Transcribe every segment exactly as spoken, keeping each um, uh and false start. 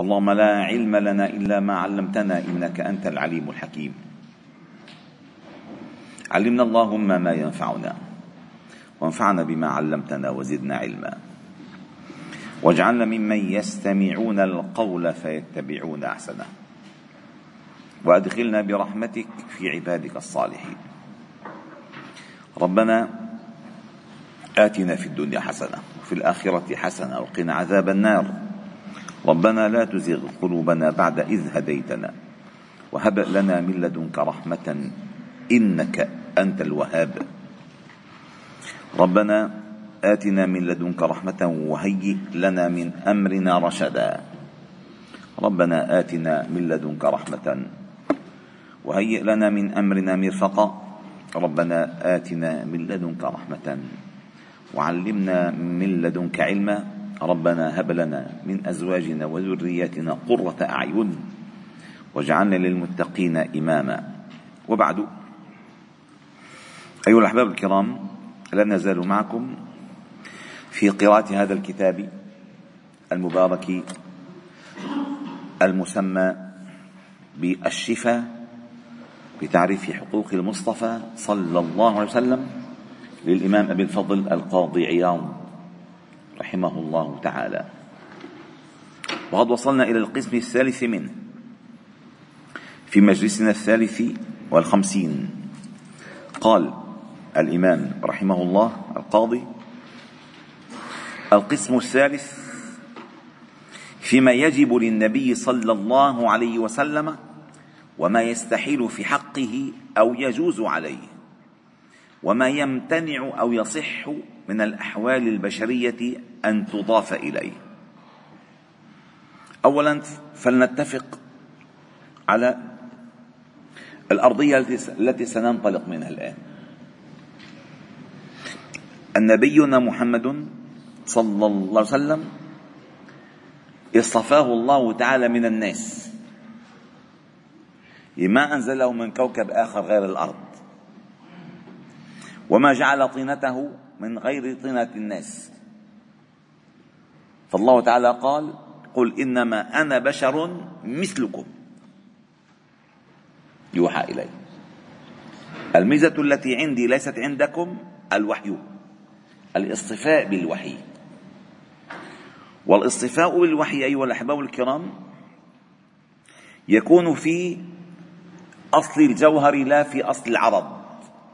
اللهم لا علم لنا إلا ما علمتنا إنك أنت العليم الحكيم. علمنا اللهم ما ينفعنا وانفعنا بما علمتنا وزدنا علما، واجعلنا ممن يستمعون القول فيتبعون أحسنه، وأدخلنا برحمتك في عبادك الصالحين. ربنا آتنا في الدنيا حسنة وفي الآخرة حسنة وقنا عذاب النار. ربنا لا تزغ قلوبنا بعد إذ هديتنا وهب لنا من لدنك رحمة إنك أنت الوهاب. ربنا آتنا من لدنك رحمة وهيئ لنا من أمرنا رشدا. ربنا آتنا من لدنك رحمة وهيئ لنا من أمرنا مرفقا. ربنا آتنا من لدنك رحمة وعلمنا من لدنك علما. ربنا هب لنا من أزواجنا وذرياتنا قرة أعين واجعلنا للمتقين إماما. وبعد، أيها الأحباب الكرام، لا نزال معكم في قراءة هذا الكتاب المبارك المسمى بالشفاء بتعريف حقوق المصطفى صلى الله عليه وسلم للإمام أبي الفضل القاضي عياض رحمه الله تعالى. وقد وصلنا إلى القسم الثالث منه في مجلسنا الثالث والخمسين. قال الإمام رحمه الله القاضي: القسم الثالث فيما يجب للنبي صلى الله عليه وسلم وما يستحيل في حقه أو يجوز عليه، وما يمتنع أو يصح من الأحوال البشرية أن تضاف إليه. أولا فلنتفق على الأرضية التي سننطلق منها الآن. نبينا محمد صلى الله عليه وسلم اصطفاه الله تعالى من الناس لما أنزله من كوكب آخر غير الأرض، وما جعل طينته من غير طينة الناس. فالله تعالى قال: قل إنما أنا بشر مثلكم يوحى إلي. الميزة التي عندي ليست عندكم الوحي، الاصطفاء بالوحي. والاصطفاء بالوحي أيها الأحباب الكرام يكون في أصل الجوهر لا في أصل العرض.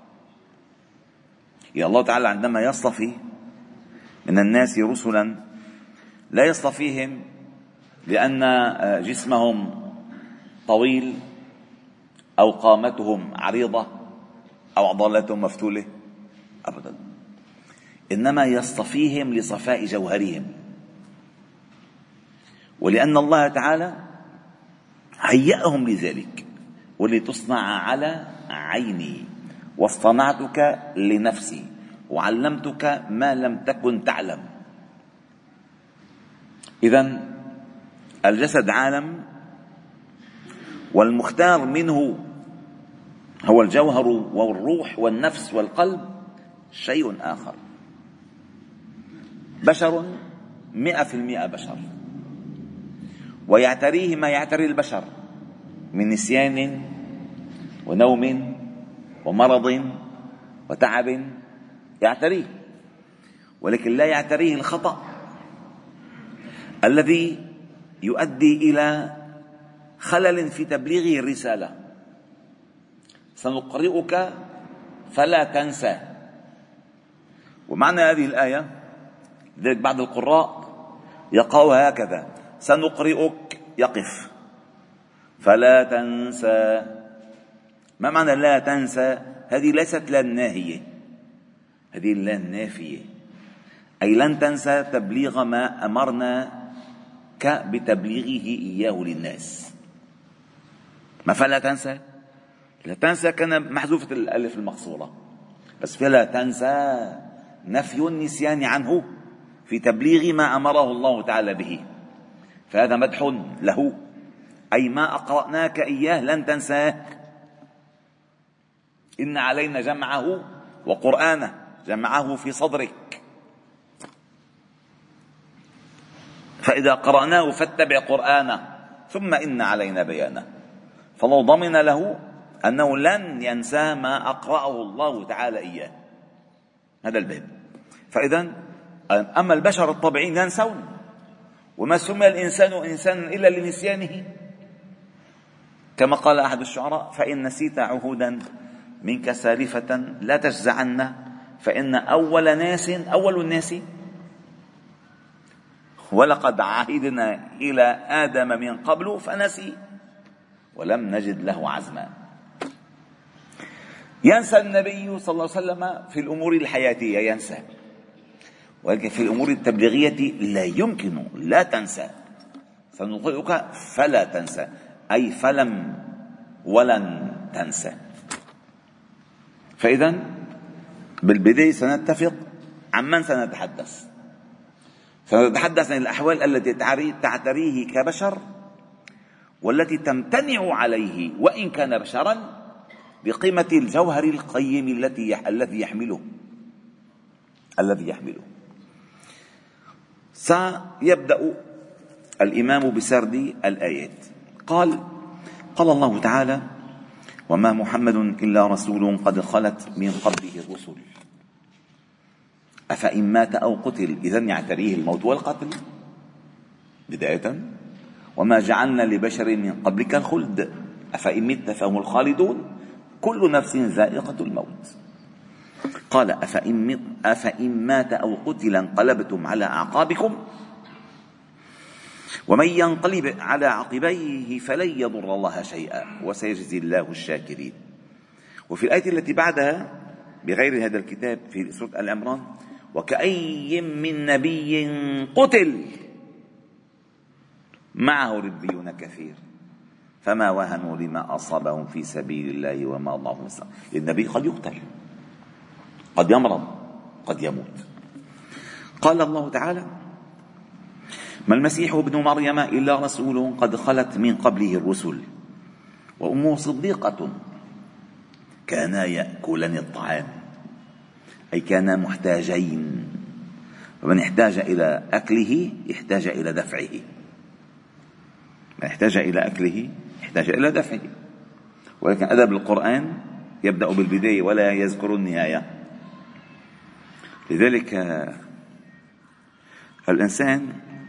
يا الله تعالى عندما يصطفي من الناس رسلا لا يصطفيهم لأن جسمهم طويل أو قامتهم عريضة أو عضلاتهم مفتولة، أبدا، إنما يصطفيهم لصفاء جوهرهم، ولأن الله تعالى هيأهم لذلك. ولتصنع على عيني واصطنعتك لنفسي وعلمتك ما لم تكن تعلم. إذن الجسد عالم، والمختار منه هو الجوهر والروح والنفس والقلب شيء آخر. بشر مئة في المئة بشر، ويعتريه ما يعتري البشر من نسيان ونوم ومرض وتعب، يعتريه، ولكن لا يعتريه الخطأ الذي يؤدي إلى خلل في تبليغه الرسالة. سنقرئك فلا تنسى. ومعنى هذه الآية ذلك بعض القراء يقرأها هكذا: سنقرئك يقف فلا تنسى. ما معنى لا تنسى؟ هذه ليست لا الناهية، هذه لا النافية، أي لن تنسى تبليغ ما أمرناك بتبليغه إياه للناس. ما فلا تنسى؟ لا تنسى كان محذوفة الألف المقصورة، بس فلا تنسى نفي النسيان عنه في تبليغ ما أمره الله تعالى به، فهذا مدح له، أي ما أقرأناك إياه لن تنساه. إن علينا جمعه وقرآنه، جمعه في صدرك. فإذا قرأناه فاتبع قرآنه ثم إن علينا بيانه. فالله ضمن له أنه لن ينسى ما أقرأه الله تعالى إياه. هذا الباب. فإذا أما البشر الطبيعيين ينسون، وما سمي الإنسان إنسانا إلا لنسيانه، كما قال أحد الشعراء: فإن نسيت عهودا منك سالفة لا تجزعن، فإن أول ناس أول الناس ولقد عهدنا إلى آدم من قبل فنسي ولم نجد له عزما. ينسى النبي صلى الله عليه وسلم في الأمور الحياتية ينسى، ولكن في الأمور التبليغية لا يمكن لا تنسى. سنقرئك فلا تنسى، أي فلم ولن تنسى. فإذا بالبداية سنتفق عن من سنتحدث. سنتحدث عن الأحوال التي تعتريه كبشر، والتي تمتنع عليه وإن كان بشرا بقيمة الجوهر القيم التي الذي يحمله الذي يحمله. سيبدأ الإمام بسرد الآيات. قال قال الله تعالى: وما محمد إلا رسول قد خلت من قبله الرسل أفإن مات أو قتل. إذن يعتريه الموت والقتل بداية. وما جعلنا لبشر من قبلك الخلد أفإن مت فهم الخالدون كل نفس ذائقة الموت. قال أفإن, أفإن مات أو قتل انقلبتم على أعقابكم ومن ينقلب على عقبيه فلن يضر الله شيئا وسيجزي الله الشاكرين. وفي الآية التي بعدها بغير هذا الكتاب في سورة آل عمران: وكأي من نبي قتل معه ربيون كثير فما وهنوا لما أصابهم في سبيل الله وما ضعفوا. النبي قد يقتل، قد يمرض، قد يموت. قال الله تعالى: ما المسيح ابن مريم إلا رسول قد خلت من قبله الرسل وأمه صديقة كانا يأكلان الطعام، أي كانا محتاجين، ومن احتاج إلى أكله احتاج إلى دفعه، من احتاج إلى أكله احتاج إلى دفعه. ولكن أدب القرآن يبدأ بالبداية ولا يذكر النهاية. لذلك الإنسان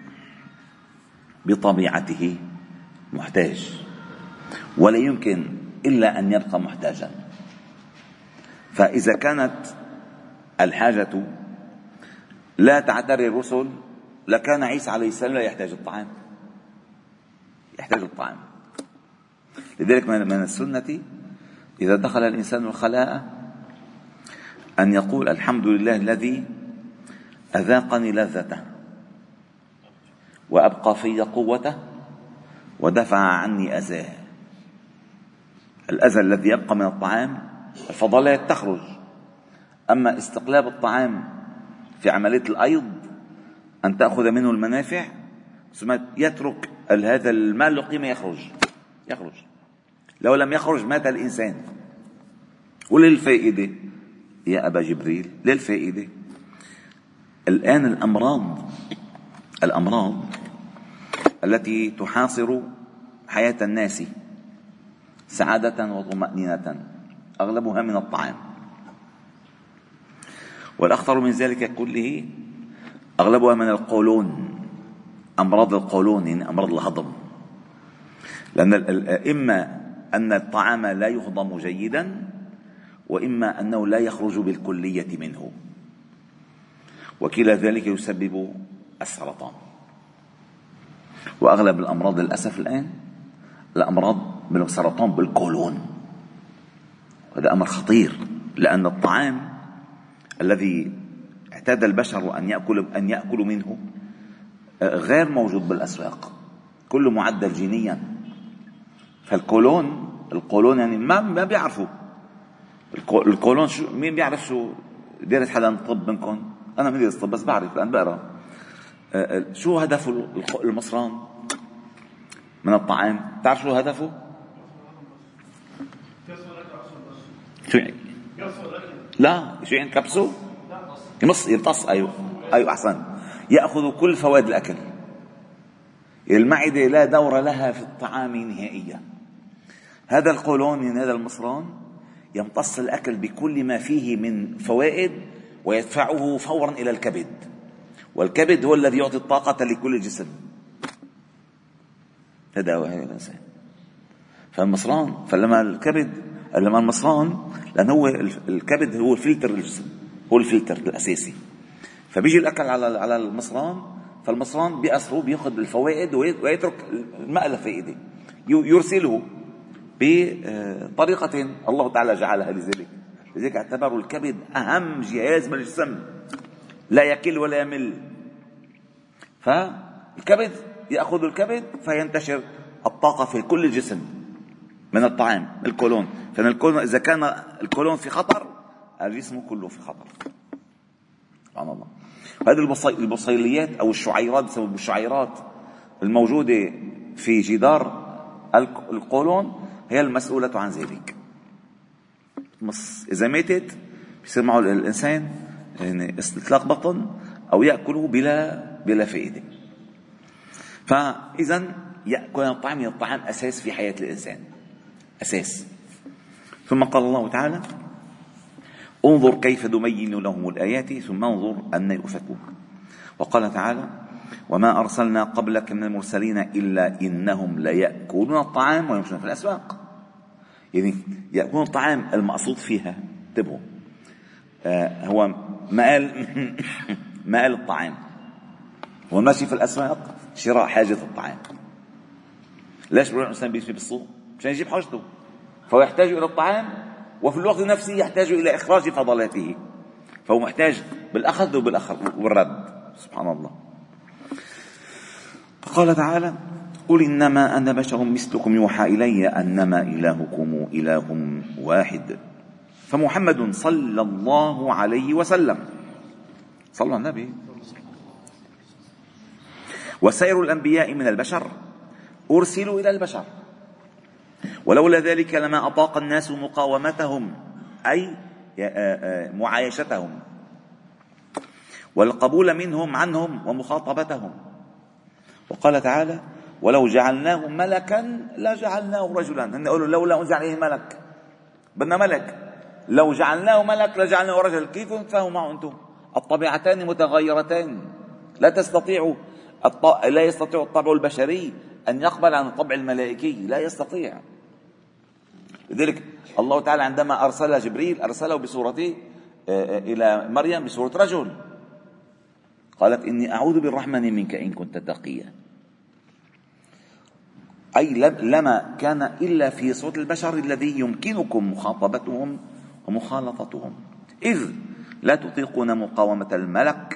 بطبيعته محتاج، ولا يمكن إلا أن يبقى محتاجا. فإذا كانت الحاجة لا تعتري الرسل لكان عيسى عليه السلام لا يحتاج الطعام، يحتاج الطعام. لذلك من السنة إذا دخل الإنسان الخلاء أن يقول: الحمد لله الذي أذاقني لذته وأبقى في قوته ودفع عني أذاه. الأذى الذي يبقى من الطعام الفضلات تخرج، أما استقلاب الطعام في عملية الأيض أن تأخذ منه المنافع ثم يترك هذا المال له قيمة يخرج يخرج لو لم يخرج مات الإنسان. وللفائدة يا أبا جبريل، للفائدة الآن الأمراض الأمراض التي تحاصر حياة الناس سعادة وطمأنينة أغلبها من الطعام، والأخطر من ذلك كله أغلبها من القولون، أمراض القولون يعني أمراض الهضم. لأن إما أن الطعام لا يهضم جيدا، وإما أنه لا يخرج بالكلية منه، وكلا ذلك يسبب السرطان. وأغلب الأمراض للأسف الآن الأمراض بالسرطان بالقولون. هذا أمر خطير، لأن الطعام الذي اعتاد البشر أن يأكل أن يأكلوا منه غير موجود بالأسواق، كله معدل جينيا. فالقولون القولون يعني ما ما بيعرفوا القولون شو، مين بيعرف شو؟ ديرت حدا طب منكم؟ أنا مدرس طب بس بعرف لأن بقرأ. شو هدف المصران من الطعام؟ تعرف شو هدفه؟ شو يعني؟ لا شو يعني كبسه؟ يمص يمتص. أيوه أيوه أحسن. يأخذ كل فوائد الأكل، المعدة لا دور لها في الطعام نهائيا. هذا القولون من هذا المصران يمتص الأكل بكل ما فيه من فوائد ويدفعه فورا إلى الكبد، والكبد هو الذي يعطي الطاقة لكل الجسم. هذا هو هذا الإنسان. فالمصران فلما الكبد لما المصران لأن هو الكبد هو الفلتر للجسم، هو الفلتر الأساسي، فبيجي الأكل على على المصران، فالمصران بيأثره بيأخذ الفوائد ويترك الماء الفائدة، يرسله بطريقة الله تعالى جعلها لذلك. لذلك اعتبروا الكبد أهم جهاز بالجسم، لا يكل ولا يمل. فالكبد يأخذ الكبد فينتشر الطاقة في كل الجسم من الطعام الكولون. فإن الكولون إذا كان الكولون في خطر الجسم كله في خطر. سبحان الله. هذه البصيليات أو الشعيرات بسبب الشعيرات الموجودة في جدار القولون هي المسؤولة عن ذلك. إذا ماتت بيصير معه الإنسان يعني استطلاق بطن أو يأكله بلا بلا فائدة. فإذا يأكل الطعام من الطعام أساس في حياة الإنسان، أساس. ثم قال الله تعالى: انظر كيف نبين لهم الآيات ثم انظر أن يؤفكون. وقال تعالى: وما أرسلنا قبلك من المرسلين إلا إنهم ليأكلون الطعام ويمشون في الأسواق. يعني يأكلون الطعام المقصود فيها انتبهوا آه هو ما قال ما قال الطعام، هو ماشي في الأسواق شراء حاجة الطعام. ليش بيروح الإنسان بيمشي بالسوق؟ مشان يجيب حاجته، فهو يحتاج إلى الطعام وفي الوقت نفسه يحتاج إلى إخراج فضلاته، فهو محتاج بالأخذ وبالرد. سبحان الله. فقال تعالى: قل إنما أنا بشر مثلكم يوحى إلي أنما إلهكم إله واحد. فمحمد صلى الله عليه وسلم، صلى على النبي، وسائر الأنبياء من البشر أرسلوا إلى البشر، ولولا ذلك لما أطاق الناس مقاومتهم أي معايشتهم والقبول منهم عنهم ومخاطبتهم. وقال تعالى: ولو جعلناه ملكا لجعلناه رجلا. هم يقولوا لولا أنزل عليه ملك، بدنا ملك، لو جعلناه ملك لجعلناه رجل. كيف تفهموا معه أنتم؟ الطبيعتان متغيرتان، لا تستطيع لا يستطيع الطبع البشري أن يقبل عن الطبع الملائكي، لا يستطيع. لذلك الله تعالى عندما أرسل جبريل أرسله بصورته إلى مريم بصورة رجل، قالت: إني أعوذ بالرحمن منك إن كنت تقيا. أي لما كان إلا في صوت البشر الذي يمكنكم مخاطبتهم ومخالطتهم، إذ لا تطيقون مقاومة الملك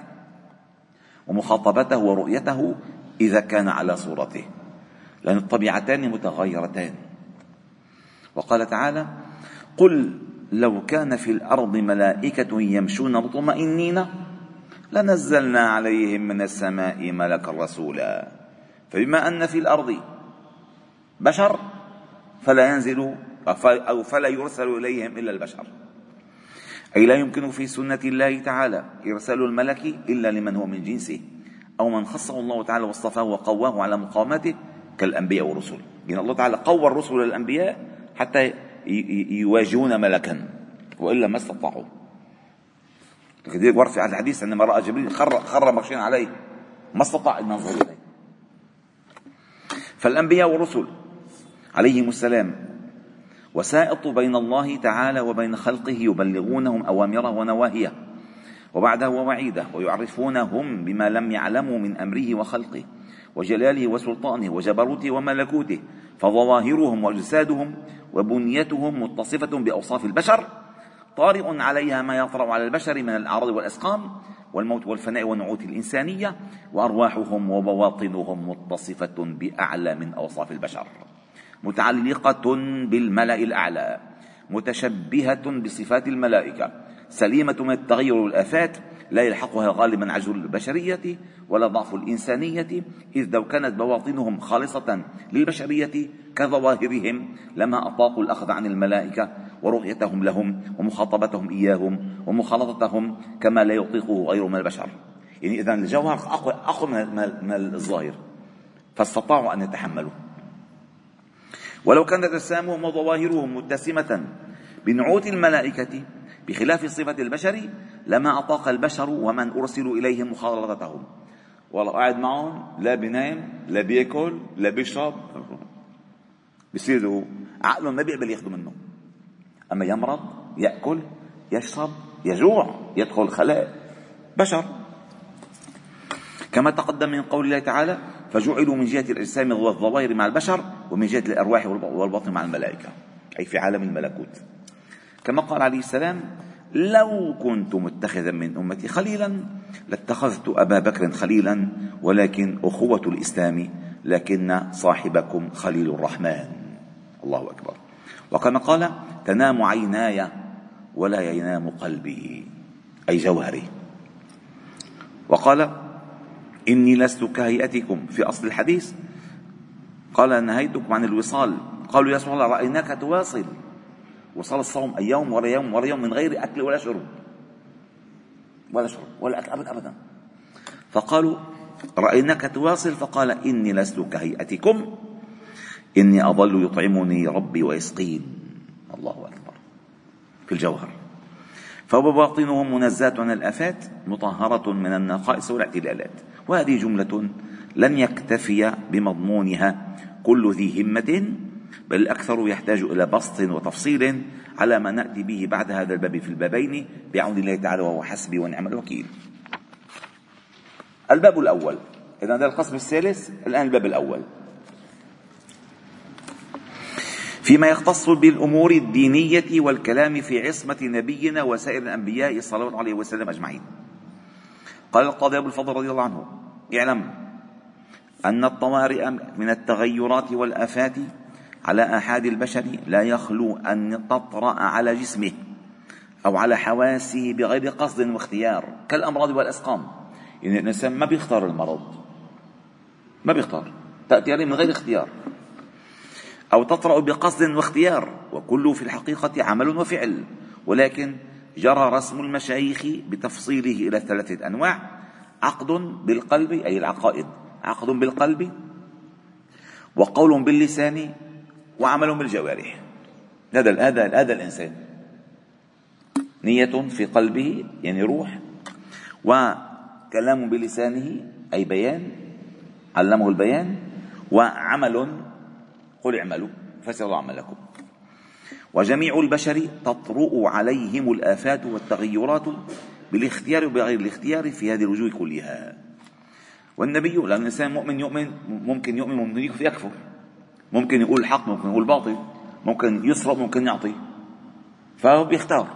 ومخاطبته ورؤيته إذا كان على صورته، لأن الطبيعتان متغيرتان. وقال تعالى: قل لو كان في الأرض ملائكة يمشون مطمئنين لنزلنا عليهم من السماء ملكا رسولا. فبما أن في الأرض بشر فلا ينزل أو فلا يرسل إليهم إلا البشر، أي لا يمكن في سنة الله تعالى إرسال الملك إلا لمن هو من جنسه أو من خصه الله تعالى واصطفاه وقواه على مقامته كالأنبياء والرسل. يعني الله تعالى قوى الرسل الأنبياء حتى يواجهون ملكا، وإلا ما استطاعوا. كذلك ورد في الحديث عندما رأى جبريل خر, خر مغشيا عليه، ما استطاع أن ينظر إليه. فالأنبياء والرسل عليهم السلام وسائط بين الله تعالى وبين خلقه، يبلغونهم أوامره ونواهيه وبعده ووعيده، ويعرفونهم بما لم يعلموا من أمره وخلقه وجلاله وسلطانه وجبروته وملكوته. فظواهرهم وأجسادهم وبنيتهم متصفة بأوصاف البشر، طارئ عليها ما يطرأ على البشر من الأعراض والأسقام والموت والفناء والنعوت الإنسانية، وأرواحهم وبواطنهم متصفة بأعلى من أوصاف البشر، متعلقة بالملأ الأعلى، متشبهة بصفات الملائكة، سليمة من التغير والآفات، لا يلحقها غالبا عجز البشرية ولا ضعف الإنسانية، إذ لو كانت بواطنهم خالصة للبشرية كظواهرهم لما أطاقوا الأخذ عن الملائكة ورؤيتهم لهم ومخاطبتهم إياهم ومخالطتهم كما لا يطيقه غير من البشر. يعني إذن الجوهر أقوى, أقوى من الظاهر. فاستطاعوا أن يتحملوا. ولو كانت أجسامهم وظواهرهم متسمة بنعوت الملائكة بخلاف صفة البشر لما أطاق البشر ومن أرسلوا إليهم مخالطتهم. والله قاعد معهم لا بينام لا بيأكل لا بيشرب، بيصيروا عقلهم ما بيقبل ياخذوا منه. أما يمرض يأكل يشرب يجوع يدخل الخلاء بشر. كما تقدم من قول الله تعالى فجعلوا من جهة الأجسام والظواهر مع البشر ومن جهة الأرواح والباطن مع الملائكة، أي في عالم الملكوت. كما قال عليه السلام لو كنت متخذا من أمتي خليلا لاتخذت أبا بكر خليلا ولكن أخوة الإسلام لكن صاحبكم خليل الرحمن. الله أكبر. وكما قال تنام عيناي ولا ينام قلبي، أي جوهري. وقال إني لست كهيئتكم في أصل الحديث، قال نهيتكم عن الوصال. قالوا يا رسول الله رأيناك تواصل، وصل الصوم أي يوم ورا يوم ورا يوم من غير أكل ولا شرب ولا شرب ولا أكل أبدا أبدا. فقالوا رأيناك تواصل، فقال إني لست كهيئتكم إني أظل يطعمني ربي ويسقين. الله أكبر. في الجوهر فبواطنهم منزات عن الآفات مطهرة من النقائص والاعتلالات. وهذه جملة لن يكتفي بمضمونها كل ذي همة، بل الأكثر يحتاج إلى بسط وتفصيل على ما نأتي به بعد هذا الباب في البابين بعون الله تعالى، وهو حسبي ونعم الوكيل. الباب الأول، إذا هذا القسم الثالث. الآن الباب الأول فيما يختص بالأمور الدينية والكلام في عصمة نبينا وسائر الأنبياء صلى الله عليه وسلم أجمعين. قال القاضي أبو الفضل رضي الله عنه اعلم أن الطوارئ من التغيرات والآفات على أحد البشر لا يخلو أن تطرأ على جسمه أو على حواسه بغير قصد واختيار، كالأمراض والأسقام. يعني الإنسان ما بيختار المرض، ما بيختار، تأتي عليه من غير اختيار، أو تطرأ بقصد واختيار، وكله في الحقيقة عمل وفعل، ولكن جرى رسم المشايخ بتفصيله إلى ثلاثة أنواع: عقد بالقلب أي العقائد، عقد بالقلب، وقول باللسان، وعمل بالجوارح. هذا هذا هذا الإنسان نية في قلبه يعني روح، وكلام بلسانه أي بيان علمه البيان، وعمل قل اعملوا فسيرى عملكم. وجميع البشر تطرؤ عليهم الآفات والتغيرات بالاختيار وبغير الاختيار في هذه الوجوه كلها. والنبي، لأن الإنسان مؤمن يؤمن ممكن يؤمن ممكن يكفر، ممكن يقول الحق ممكن يقول باطل، ممكن يسرق ممكن يعطي، فهو بيختار.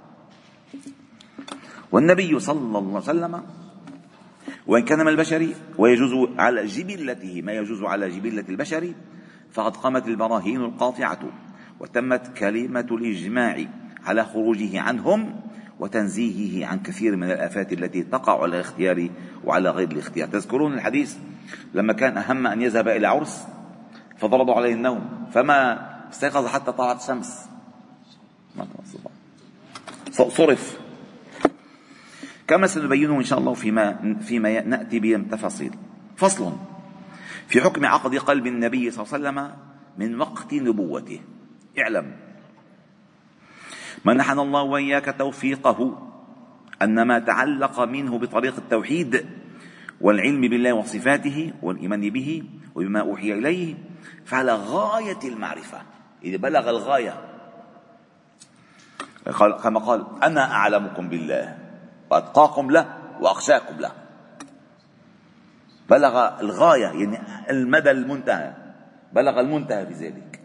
والنبي صلى الله عليه وسلم وإن كان من البشر ويجوز على جبلته ما يجوز على جبلة البشر، فقد قامت البراهين القاطعة وتمت كلمة الإجماع على خروجه عنهم وتنزيهه عن كثير من الآفات التي تقع على الاختيار وعلى غير الاختيار. تذكرون الحديث لما كان أهم أن يذهب إلى عرس فضربوا عليه النوم فما استيقظ حتى طلعت الشمس، صرف. كما سنبينه إن شاء الله فيما, فيما نأتي به تفاصيل. فصل في حكم عقد قلب النبي صلى الله عليه وسلم من وقت نبوته. اعلم منحنا الله وإياك توفيقه أن ما تعلق منه بطريق التوحيد والعلم بالله وصفاته والإيمان به وبما أوحي إليه فعلى غاية المعرفة، إذا بلغ الغاية، كما قال أنا أعلمكم بالله وأتقاكم له وأخشاكم له، بلغ الغاية يعني المدى المنتهى، بلغ المنتهى في ذلك.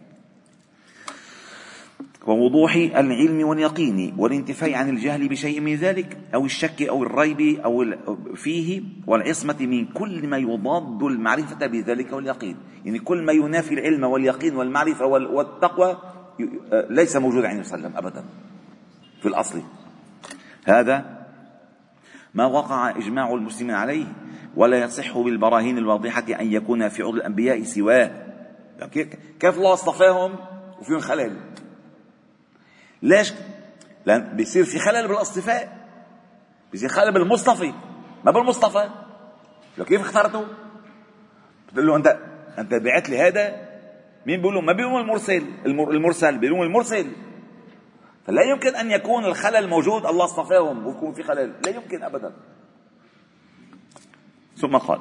ووضوح العلم واليقين والانتفاع عن الجهل بشيء من ذلك أو الشك أو الريب أو فيه، والعصمة من كل ما يضاد المعرفة بذلك واليقين، يعني كل ما ينافي العلم واليقين والمعرفة والتقوى ليس موجود عند صلى الله عليه وسلم أبدا في الأصل. هذا ما وقع إجماع المسلمين عليه، ولا يصح بالبراهين الواضحة أن يكون في عضو الأنبياء سواه. كيف الله اصطفاهم وفيهم خلل؟ ليش؟ لأن بيصير في خلل بالاصطفاء، بيصير خلل بالمصطفى ما بالمصطفى. لو كيف اخترته؟ بتقول له أنت أنت بعت لي هذا. مين بيقولوا؟ ما بيقولوا المرسل، المرسل بيقولوا المرسل. فلا يمكن أن يكون الخلل موجود الله اصطفاهم ويكون في خلل، لا يمكن أبدا. ثم قال: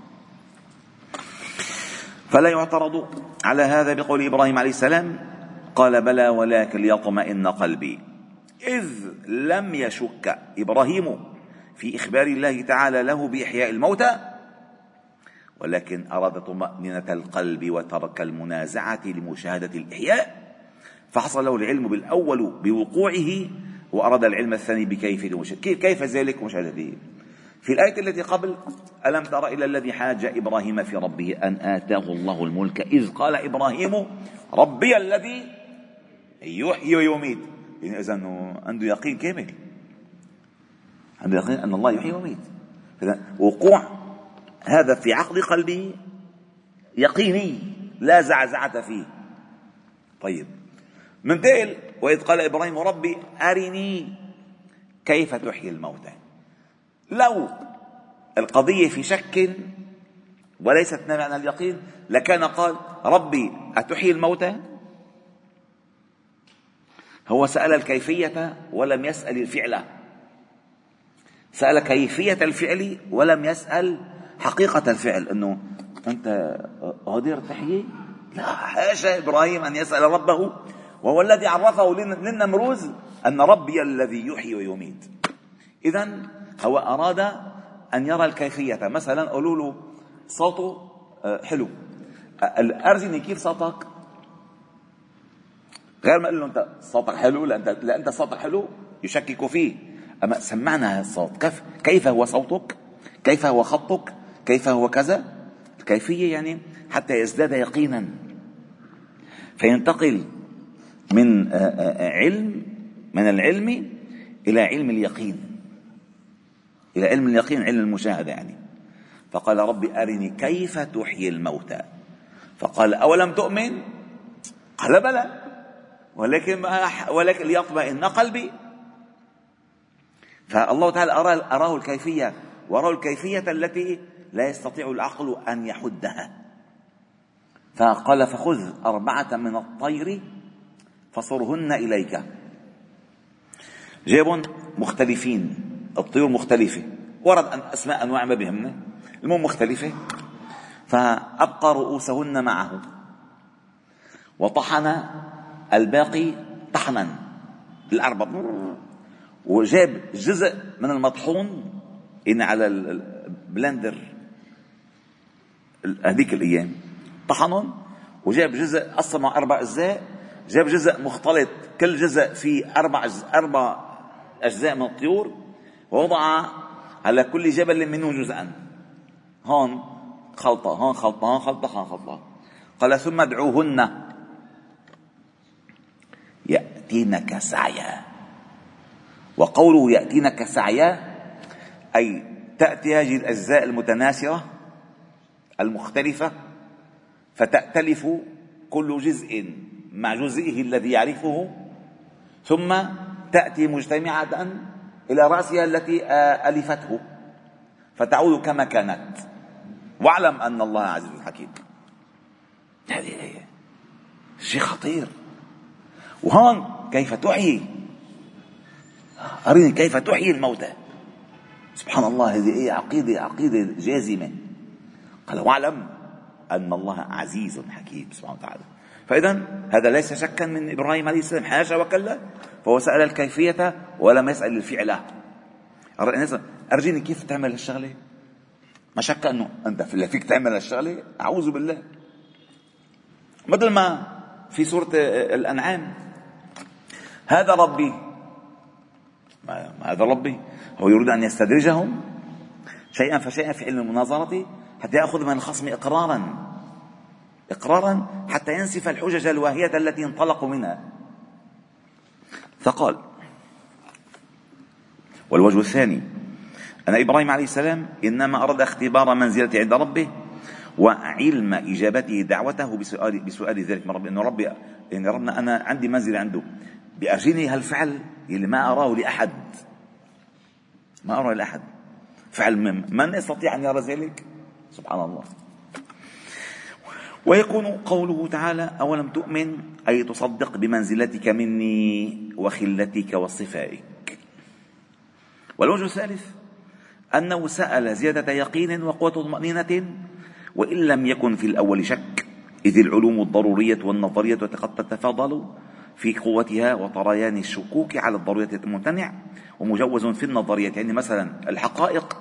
فلا يعترض على هذا بقول إبراهيم عليه السلام قال: بلى ولكن ليطمئن قلبي، إذ لم يشك إبراهيم في إخبار الله تعالى له بإحياء الموتى، ولكن أراد طمأنينة القلب وترك المنازعة لمشاهدة الإحياء، فحصل له العلم بالأول بوقوعه، وأراد العلم الثاني بكيفية كيف ذلك ومشاهدته. في الآية التي قبل: ألم تر إلى الذي حاج إبراهيم في ربه أن آتاه الله الملك إذ قال إبراهيم ربي الذي يحيي ويميت. يعني إذا عنده يقين كامل، عنده يقين أن الله يحيي ويميت. وقوع هذا في عقد قلبه يقيني لا زعزعة فيه. طيب، منتقل: وإذ قال إبراهيم ربي أرني كيف تحيي الموتى. لو القضية في شك وليست نابعة عن اليقين لكان قال ربي أتحيي الموتى. هو سأل الكيفية ولم يسأل الفعل، سأل كيفية الفعل ولم يسأل حقيقة الفعل، أنه أنت قادر تحيي؟ لا، حاشا إبراهيم أن يسأل ربه، وهو الذي عرفه للنمروز أن ربي الذي يحيي ويميت. إذن هو أراد أن يرى الكيفية. مثلا قالوا له صوته حلو، أرجني كيف صوتك، غير ما قال له أنت صوتك حلو، لا أنت, لا أنت صوتك حلو يشكك فيه. أما سمعنا هذا الصوت، كيف, كيف هو صوتك، كيف هو خطك، كيف هو كذا. الكيفية يعني حتى يزداد يقينا، فينتقل من علم من العلم إلى علم اليقين، إلى علم اليقين، علم المشاهدة يعني. فقال ربي أرني كيف تحيي الموتى. فقال أولم تؤمن؟ قال بلى ولكن ولكن ليطمئن قلبي. فالله تعالى أراه, أراه الكيفية، وأراه الكيفية التي لا يستطيع العقل أن يحدها. فقال فخذ أربعة من الطير فصرهن إليك. جاب مختلفين، الطيور مختلفة، ورد أن أسماء أنواع ما بهمنا، المهم مختلفة. فأبقى رؤوسهن معه وطحن الباقي طحنا الأربع، وجاب جزء من المطحون إن على البلندر هذيك الأيام طحنهم، وجاب جزء قسمه أربع أجزاء، جاب جزء مختلط كل جزء فيه أربع أربع أجزاء من الطيور، ووضع على كل جبل منه جزءا، هون خلطة هون خلطة هون خلطة هون خلطة. قال ثم ادعوهن يأتينك سعيا. وقوله يأتينك سعيا أي تأتي هذه الأجزاء المتناثرة المختلفة فتأتلف كل جزء مع جزئه الذي يعرفه، ثم تأتي مجتمعة إلى رأسها التي ألفته فتعود كما كانت. واعلم أن الله عزيز حكيم. هذه شيء خطير. وهون كيف تحيي، أريني كيف تحيي الموتى. سبحان الله، هذه إيه عقيدة عقيدة جازمة. قال واعلم أن الله عزيز حكيم سبحانه وتعالى. فإذا هذا ليس شكا من إبراهيم عليه السلام، حاشا وكلا، فهو سأل الكيفية ولم يسأل الفعل. أرجيني كيف تعمل الشغلة، ما شك أنه أنت فيك تعمل الشغلة، أعوذ بالله. مثل ما في سورة الأنعام هذا ربي، ما هذا ربي، هو يريد أن يستدرجهم شيئا فشيئا في علم المناظرة حتى يأخذ من الخصم إقرارا إقرارا حتى ينسف الحجج الواهية التي انطلقوا منها. فقال: والوجه الثاني أن إبراهيم عليه السلام إنما أراد اختبار منزلة عند ربه وعلم إجابته دعوته بسؤال, بسؤال ذلك من ربي، إنه ربي إن ربنا أنا عندي منزل عنده، بأرجيني هالفعل اللي ما أراه لأحد، ما أراه لأحد، فعل من من يستطيع أن يرى ذلك. سبحان الله. ويكون قوله تعالى أولم تؤمن أي تصدق بمنزلتك مني وخلتك وصفائك. والوجه الثالث أنه سأل زيادة يقين وقوة طمأنينة وإن لم يكن في الأول شك، إذ العلوم الضرورية والنظرية قد تتفاضل في قوتها وطريان الشكوك على الضرورية الممتنع ومجوز في النظرية. يعني مثلا الحقائق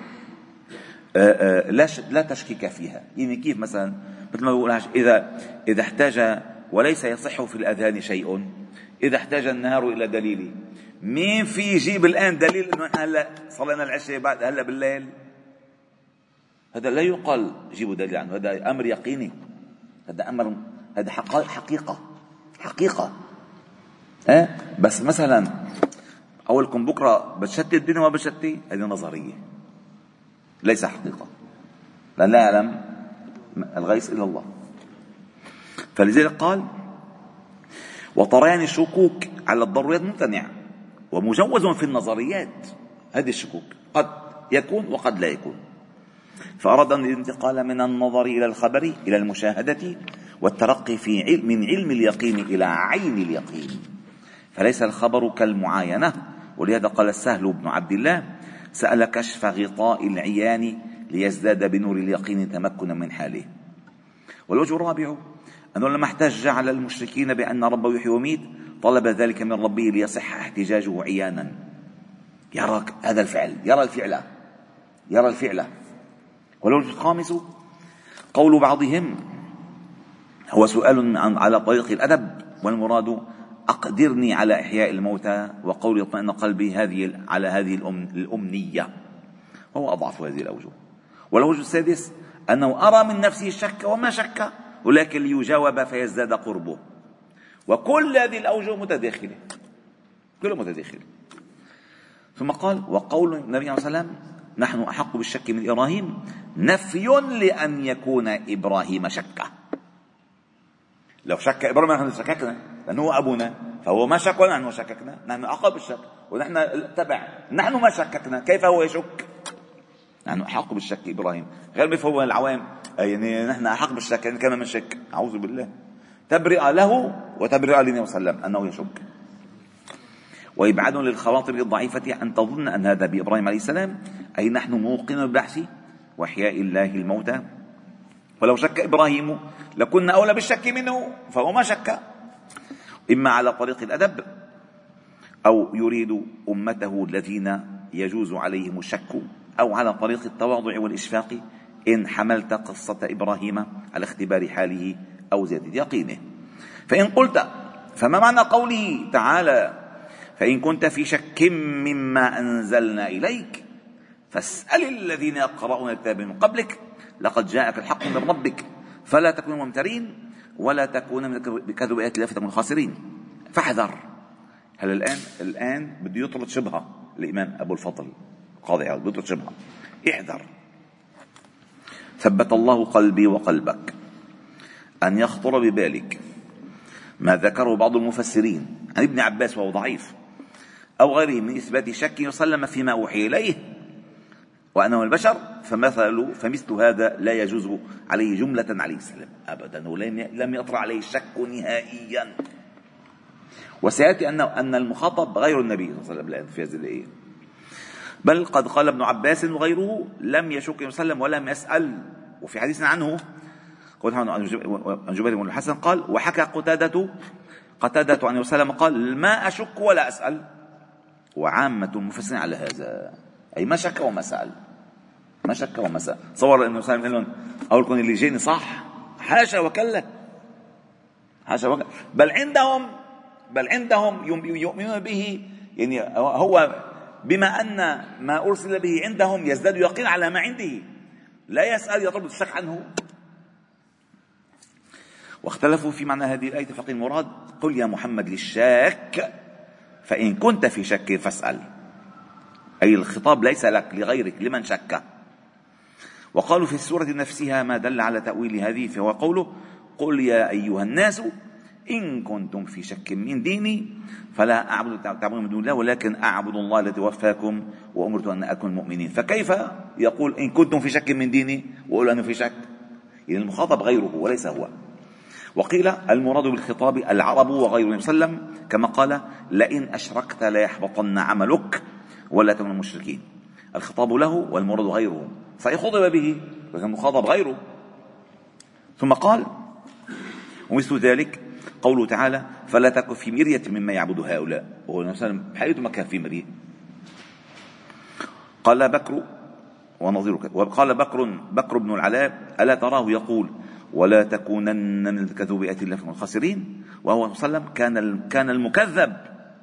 لا لا تشكيك فيها. يعني كيف مثلا مثل ما بقول إذا إذا احتاج وليس يصح في الأذهان شيء، إذا احتاج النهار إلى دليل، مين في يجيب الآن دليل إنه نحن هلا صلينا العشاء بعد هلا بالليل؟ هذا لا يقال جيبوا دليل عنه، هذا أمر يقيني، هذا أمر، هذا حقيقة حقيقة أه؟ بس مثلا أولكم بكرة بتشتي الدنيا ما بتشتي، هذه نظرية ليس حقيقة، لأن لا يعلم الغيث إلا الله. فلذلك قال وطريان الشكوك على الضروريات ممتنع ومجوز في النظريات. هذه الشكوك قد يكون وقد لا يكون. فأراد الانتقال من النظر إلى الخبر إلى المشاهدة والترقي في علم من علم اليقين إلى عين اليقين، فليس الخبر كالمعاينة. ولهذا قال السهل بن عبد الله سأل كشف غطاء العيان ليزداد بنور اليقين تمكنا من حاله. والوجه الرابع أنه لما احتج على المشركين بأن ربه يحيي ويميت طلب ذلك من ربه ليصح احتجاجه عيانا، يرى هذا الفعل، يرى الفعل يرى الفعل. والوجه الخامس قول بعضهم هو سؤال على طريق الأدب، والمراد أقدرني على إحياء الموتى، وقول يطمئن قلبي هذه على هذه الأم الأمنية، وهو أضعف هذه الأوجه. والوجه السادس أنه أرى من نفسه الشك وما شك ولكن ليجاوب فيزداد قربه. وكل هذه الأوجه متداخلة، كلها متداخلة. ثم قال وقول النبي صلى الله عليه وسلم نحن أحق بالشك من إبراهيم نفي لأن يكون إبراهيم شك. لو شك إبراهيم نحن شككنا لأنه هو أبونا، فهو ما شك ونحن شككنا، نحن أحق بالشك ونحن تبع، نحن ما شككنا كيف هو يشك؟ نحن أحق بالشك إبراهيم، غير بفهم العوام يعني نحن أحق بالشك يعني كما من شك، أعوذ بالله. تبرئ له وتبرئ للنبي صلى الله عليه وسلم أنه يشك. وإبعاد للخواطر الضعيفة أن تظن أن هذا بإبراهيم عليه السلام أي نحن موقن بالبعث وإحياء الله الموتى، ولو شك إبراهيم لكنا أولى بالشك منه، فهو ما شك، إما على طريق الأدب أو يريد أمته الذين يجوز عليهم الشك، أو على طريق التواضع والإشفاق إن حملت قصة إبراهيم على اختبار حاله أو زيادة يقينه. فإن قلت فما معنى قوله تعالى فإن كنت في شك مما أنزلنا إليك فاسأل الذين يقرؤون الكتاب من قبلك لقد جاءك الحق من ربك فلا تكونوا ممترين ولا تكون من بكذب آيات الله فتكونوا خاسرين. فاحذر. هل الآن الآن بده يطرد شبهة الإمام أبو الفضل قاضي عياض، بده يطرد شبهة. احذر. ثبت الله قلبي وقلبك أن يخطر ببالك ما ذكره بعض المفسرين عن ابن عباس وهو ضعيف أو غيره من إثبات شك يسلم فيما أوحي إليه وأنه البشر، فمثل فمثل هذا لا يجوز عليه جملة عليه السلام أبدا، لم يطرأ عليه الشك نهائيا. وسيأتي أن أن المخاطب غير النبي صلى الله عليه وسلم في هذه الآية، بل قد قال ابن عباس وغيره لم يشك يسلم ولم يسأل. وفي حديث عنه عن جبير بن الحسن قال وحكى قتادة قتادة عن وسلم قال ما أشك ولا أسأل، وعامة المفسرين على هذا، أي ما شك وما سأل، ما شك وما سأل. صور أنه وسلم قال لهم أولكم اللي جيني صح، حاشا وكلا، حاشا وكلا. بل عندهم بل عندهم يؤمنون به، يعني هو بما أن ما أرسل به عندهم يزداد يقين على ما عنده، لا يسأل يطلب الشك عنه. واختلفوا في معنى هذه الآية فقيل المراد قل يا محمد للشاك فإن كنت في شك فاسأل، أي الخطاب ليس لك لغيرك لمن شك. وقالوا في السورة نفسها ما دل على تأويل هذه فهو قوله قل يا أيها الناس إن كنتم في شك من ديني فلا أعبد تعبدون من دون الله ولكن أعبد الله الذي وفاكم وأمرت أن أكون مؤمنين. فكيف يقول إن كنتم في شك من ديني وأقول أنه في شك؟ يعني المخاطب غيره وليس هو. وقيل المراد بالخطاب العرب وغير النبي صلى الله عليه وسلم، كما قال لئن أشركت ليحبطن عملك ولا تكن من المشركين. الخطاب له والمراد غيره، صحيح خطب به لكن المخاطب غيره. ثم قال ومثل ذلك قوله تعالى فلا تكن في مرية مما يعبد هؤلاء، وهو النبي صلى الله عليه وسلم حيث ما كان في مرية. قال بكر ونظيرك، وقال بكر بكر بن العلاء ألا تراه يقول ولا تكونن من الكذوب يأتي الله من الخاسرين، وهو صلى الله عليه وسلم كان كان المكذب،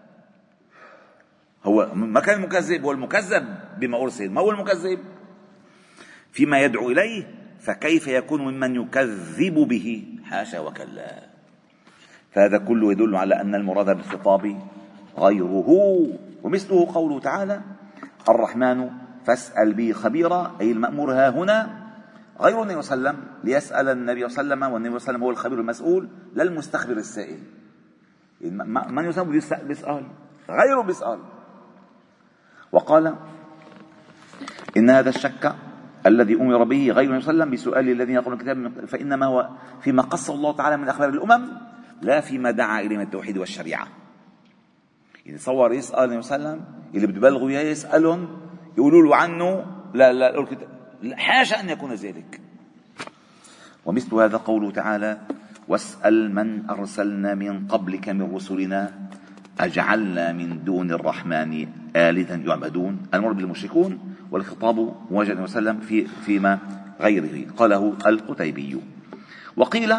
هو ما كان المكذب، هو المكذب بما أرسل، ما هو المكذب فيما يدعو إليه، فكيف يكون ممن يكذب به؟ حاشا وكلا. فهذا كله يدل على أن المراد بالخطاب غيره. ومثله قوله تعالى الرحمن فاسأل به خبيرا، أي المأمور ها هنا غير النبي صلى الله عليه وسلم ليسأل النبي صلى الله عليه وسلم، والنبي صلى الله عليه وسلم هو الخبير المسؤول لا المستخبر السائل. من يسأل بيسأل غيره بيسأل. وقال إن هذا الشك الذي أمر به غير النبي صلى الله عليه وسلم بسؤال الذين يقرؤون الكتاب فإنما هو فيما قص الله تعالى من أخبار الأمم لا فيما دعا إليه من التوحيد والشريعة. إذا صور يسأل النبي صلى الله عليه وسلم اللي بتبلغوا إياه يسألهم يقولوا له عنه لا لا الكتاب، حاشا أن يكون ذلك. ومثل هذا قوله تعالى واسأل من أرسلنا من قبلك من رسلنا أجعلنا من دون الرحمن آلهة يعبدون. المراد بالمشركون، والخطاب موجه النبي صلى الله عليه وسلم في فيما غيره، قاله القتيبي. وقيل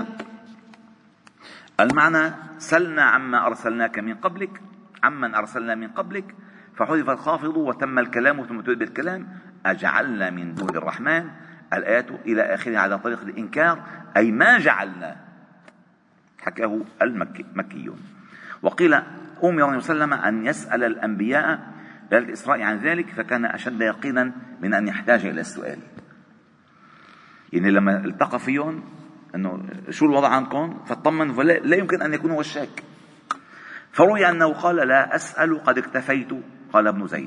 المعنى سلنا عما أرسلناك من قبلك، عمن أرسلنا من قبلك، فحذف الخافض وتم الكلام ثم تؤدي بالكلام أجعلنا من دون الرحمن الآيات إلى آخرها على طريق الإنكار، أي ما جعلنا، حكاه المكي. وقيل أمر النبي صلى الله عليه وسلم أن يسأل الأنبياء ليلة الإسراء عن ذلك، فكان أشد يقينا من أن يحتاج إلى السؤال. يعني لما التقى فيهم أنه شو الوضع عندكم فاطمن، فلا يمكن أن يكون هو الشاك. فروي أنه قال لا أسأل قد اكتفيت، قال ابن زيد.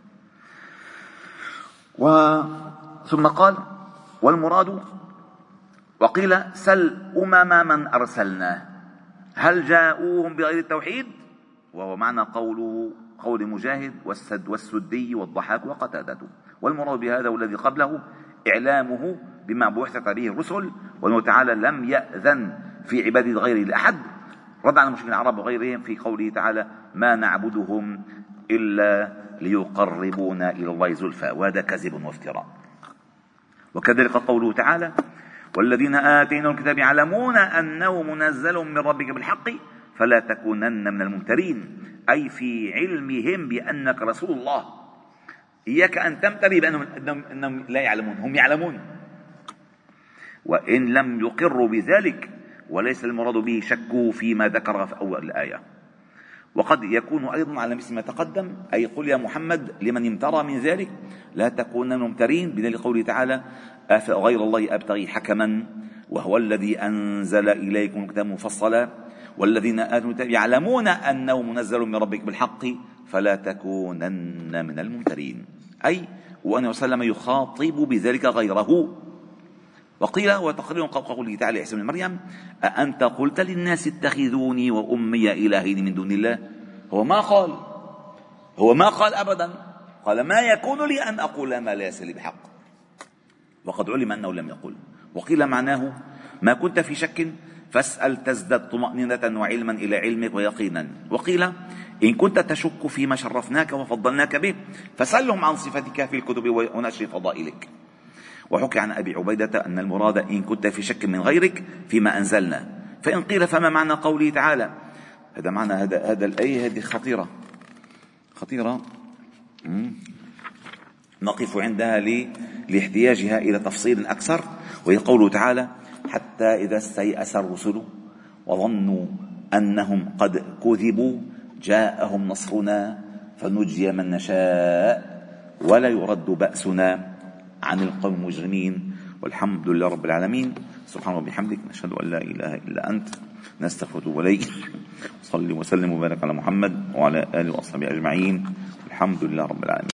و ثم قال والمراد وقيل سل أمم من أرسلناه هل جاءوهم بغير التوحيد، وهو معنى قوله قول مجاهد والسد والسدي والضحاك وقتادة. والمراد بهذا والذي قبله إعلامه بما بعثت به الرسل، وأنه تعالى لم يأذن في عبادة غيره لأحد، رد على المشركين العرب وغيرهم في قوله تعالى ما نعبدهم إلا ليقربونا إلى الله زلفى، وهذا كذب وافتراء. وكذلك قوله تعالى والذين آتيناهم الكتاب يعلمون أنه منزل من ربك بالحق فلا تكونن من الممترين، أي في علمهم بأنك رسول الله، إياك أن تمتري بأنهم أنهم لا يعلمون، هم يعلمون وإن لم يقروا بذلك، وليس المراد به شكوا فيما ذكر في أول الآية. وقد يكون أيضا على مثل ما تقدم، أي قل يا محمد لمن امترى من ذلك لا تكونن ممترين، بدليل قوله تعالى أفغير الله أبتغي حكما وهو الذي أنزل إليكم الكتاب مفصلا والذين آتوا الكتاب يعلمون أنه منزل من ربك بالحق فلا تكونن من الممترين، أي وأنه صلى الله عليه وسلم يخاطب بذلك غيره. وقيل وتقرير قوله تعالى عيسى بن مريم أأنت قلت للناس اتخذوني وأمي إلهين من دون الله، هو ما قال هو ما قال أبدا، قال ما يكون لي أن أقول ما ليس لي بحق، وقد علم أنه لم يقل. وقيل معناه ما كنت في شك فاسأل تزدد طمأنينة وعلما إلى علمك ويقينا. وقيل إن كنت تشك فيما شرفناك وفضلناك به فسألهم عن صفتك في الكتب ونشر فضائلك. وحكي عن أبي عبيدة أن المراد إن كنت في شك من غيرك فيما أنزلنا. فإن قيل فما معنى قوله تعالى، هذا معنى هذا هذا الآية هذه خطيرة خطيرة نقف عندها لاحتياجها إلى تفصيل أكثر، وهي قوله تعالى حتى إذا استيأس الرسل وظنوا أنهم قد كذبوا جاءهم نصرنا فنجي من نشاء ولا يرد بأسنا عن القوم المجرمين. والحمد لله رب العالمين. سبحانه وبحمدك نشهد أن لا إله إلا أنت نستغفرك إليك. صلي وسلم وبارك على محمد وعلى آله وصحبه أجمعين. الحمد لله رب العالمين.